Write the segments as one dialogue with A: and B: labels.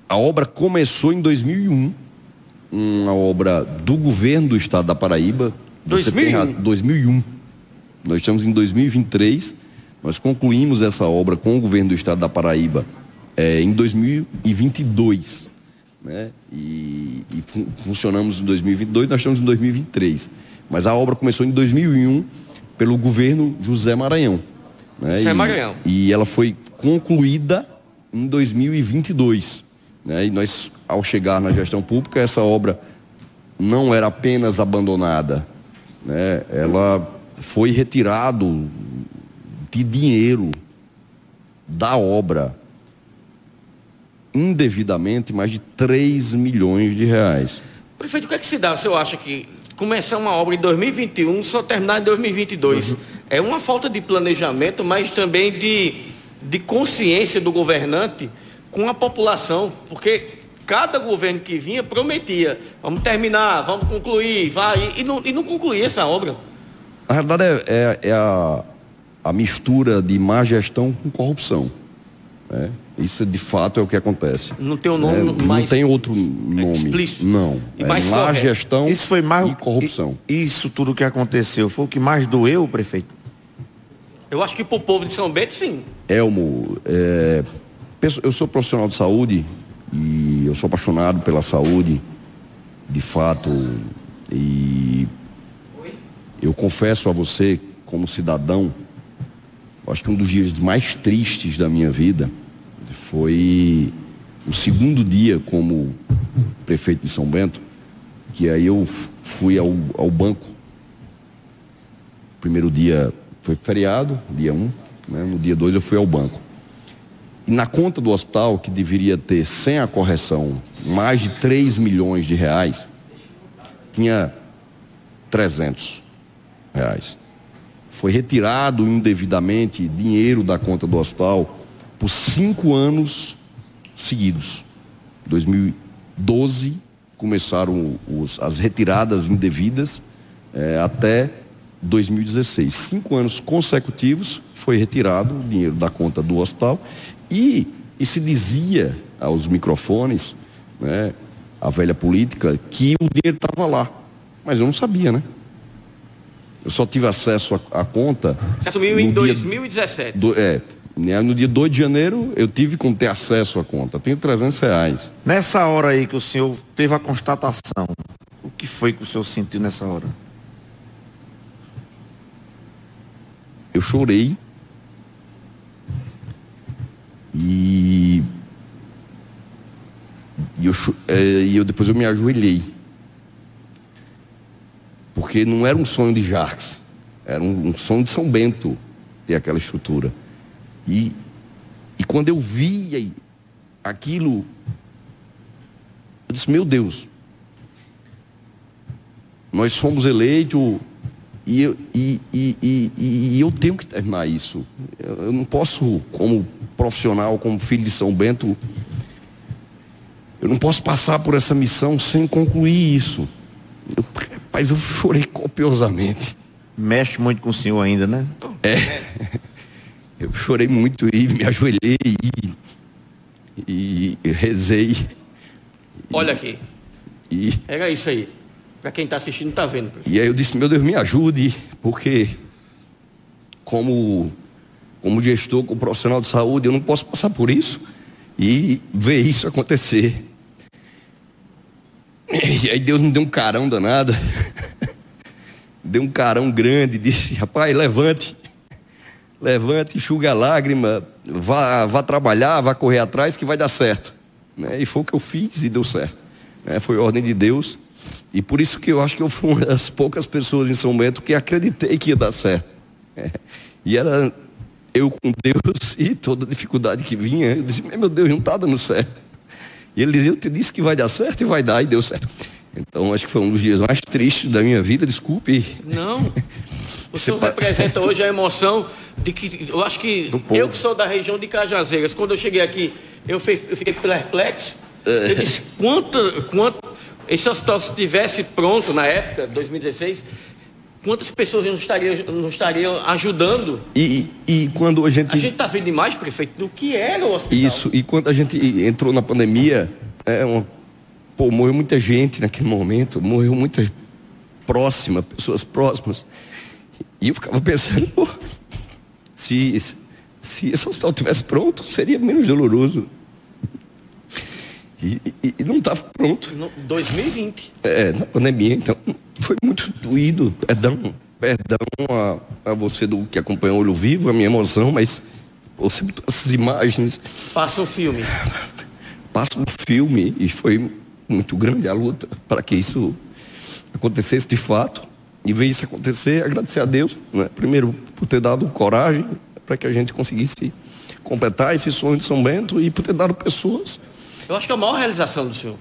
A: A obra começou em 2001, uma obra do governo do estado da Paraíba. 2001. Nós estamos em 2023, nós concluímos essa obra com o governo do estado da Paraíba em 2022, né? Funcionamos em 2022, nós estamos em 2023. Mas a obra começou em 2001 pelo governo José Maranhão, né? E ela foi concluída em 2022, né? E nós, ao chegar na gestão pública, essa obra não era apenas abandonada, né? Ela foi retirado de dinheiro da obra indevidamente mais de 3 milhões de reais.
B: Prefeito, o que é que se dá? O senhor acha que começar uma obra em 2021 só terminar em 2022 é uma falta de planejamento, mas também de consciência do governante com a população? Porque cada governo que vinha prometia, vamos terminar, vamos concluir, vai, e não concluía essa obra.
A: Na verdade é a mistura de má gestão com corrupção, né? Isso de fato é o que acontece.
B: Não tem um nome mais...
A: Não tem outro nome.
B: Explícito.
A: Não. Má gestão
C: isso foi mais,
A: e corrupção.
C: Isso tudo que aconteceu foi o que mais doeu, prefeito?
B: Eu acho que para o povo de São Bento, sim.
A: Elmo, eu sou profissional de saúde e eu sou apaixonado pela saúde, de fato. E eu confesso a você, como cidadão, acho que um dos dias mais tristes da minha vida foi o segundo dia como prefeito de São Bento, que aí eu fui ao banco. O primeiro dia foi feriado, dia 1, né? No dia 2 eu fui ao banco. E na conta do hospital, que deveria ter, sem a correção, mais de 3 milhões de reais, tinha 300 reais. Foi retirado indevidamente dinheiro da conta do hospital por 5 anos seguidos. Em 2012 começaram as retiradas indevidas até 2016. 5 anos consecutivos foi retirado o dinheiro da conta do hospital e se dizia aos microfones, né, a velha política, que o dinheiro estava lá. Mas eu não sabia, né? Eu só tive acesso à conta...
B: Você assumiu em 2017.
A: No dia 2 de janeiro, eu tive como ter acesso à conta. Tenho 300 reais.
C: Nessa hora aí que o senhor teve a constatação, o que foi que o senhor sentiu nessa hora?
A: Eu chorei. E depois eu me ajoelhei. Porque não era um sonho de Jacques, era um sonho de São Bento ter aquela estrutura. E quando eu vi aquilo, eu disse, meu Deus, nós fomos eleitos e eu tenho que terminar isso. Eu não posso, como profissional, como filho de São Bento, eu não posso passar por essa missão sem concluir isso. Rapaz, eu chorei copiosamente.
C: Mexe muito com o senhor ainda, né?
A: Eu chorei muito e me ajoelhei e rezei.
B: Olha aqui. Era isso aí. Para quem está assistindo, está vendo.
A: E aí eu disse, meu Deus, me ajude, porque como gestor, como profissional de saúde, eu não posso passar por isso e ver isso acontecer. E aí Deus me deu um carão danado. Deu um carão grande, disse, rapaz, levante, enxuga a lágrima, vá trabalhar, vá correr atrás que vai dar certo, né? E foi o que eu fiz e deu certo, né? Foi ordem de Deus. E por isso que eu acho que eu fui uma das poucas pessoas em São Bento que acreditei que ia dar certo. E era eu com Deus e toda dificuldade que vinha, eu disse, meu Deus, não está dando certo. E ele disse, eu te disse que vai dar certo e vai dar, e deu certo. Então, acho que foi um dos dias mais tristes da minha vida, desculpe.
B: Não, o senhor representa hoje a emoção de que, eu acho que eu que sou da região de Cajazeiras, quando eu cheguei aqui, eu fiquei perplexo. Eu disse, quanto esse hospital se tivesse pronto na época, 2016, quantas pessoas não estariam ajudando?
A: E quando a gente
B: está vendo demais, prefeito, do que era o hospital.
A: Isso, e quando a gente entrou na pandemia, morreu muita gente naquele momento, morreu muita pessoas próximas. E eu ficava pensando, se esse hospital estivesse pronto, seria menos doloroso. E não estava pronto.
B: 2020.
A: Na pandemia, então, foi muito doído. Perdão a você que acompanhou o Olho Vivo, a minha emoção, mas você botou essas imagens.
B: Passa um filme.
A: Passa um filme, e foi muito grande a luta para que isso acontecesse de fato. E veio isso acontecer, agradecer a Deus, né? Primeiro, por ter dado coragem para que a gente conseguisse completar esse sonho de São Bento e por ter dado pessoas.
B: Eu acho que é a maior realização do senhor.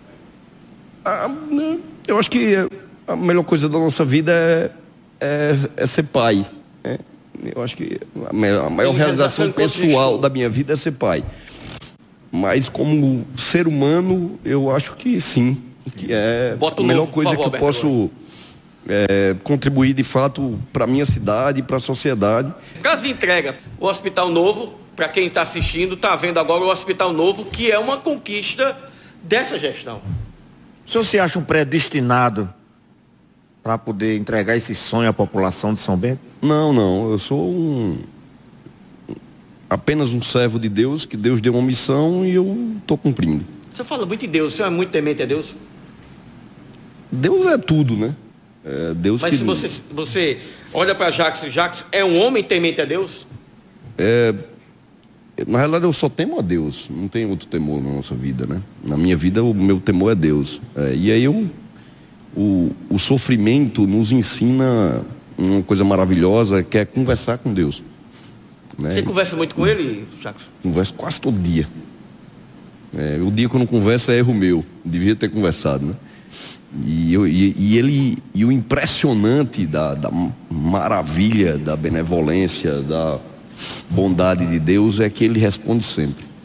A: Eu acho que a melhor coisa da nossa vida é ser pai. Né? Eu acho que a maior realização pessoal da minha vida é ser pai. Mas como ser humano, eu acho que sim. Que é a melhor coisa que eu posso contribuir de fato para a minha cidade e para a sociedade.
B: Caso de entrega, o Hospital Novo, para quem está assistindo, está vendo agora o Hospital Novo, que é uma conquista dessa gestão.
C: O senhor se acha um predestinado para poder entregar esse sonho à população de São Bento?
A: Não. Eu sou apenas um servo de Deus, que Deus deu uma missão e eu estou cumprindo.
B: Você fala muito de Deus, o senhor é muito temente a Deus?
A: Deus é tudo, né? Deus.
B: Mas se você olha para Jacques é um homem temente a Deus?
A: Na realidade, eu só temo a Deus. Não tem outro temor na nossa vida, né? Na minha vida, o meu temor é Deus. E aí o sofrimento nos ensina uma coisa maravilhosa, que é conversar com Deus. Né?
B: Você conversa muito com ele, Jacques?
A: Converso quase todo dia. O dia que eu não converso é erro meu. Devia ter conversado, né? E o impressionante da maravilha, da benevolência, da bondade de Deus é que Ele responde sempre.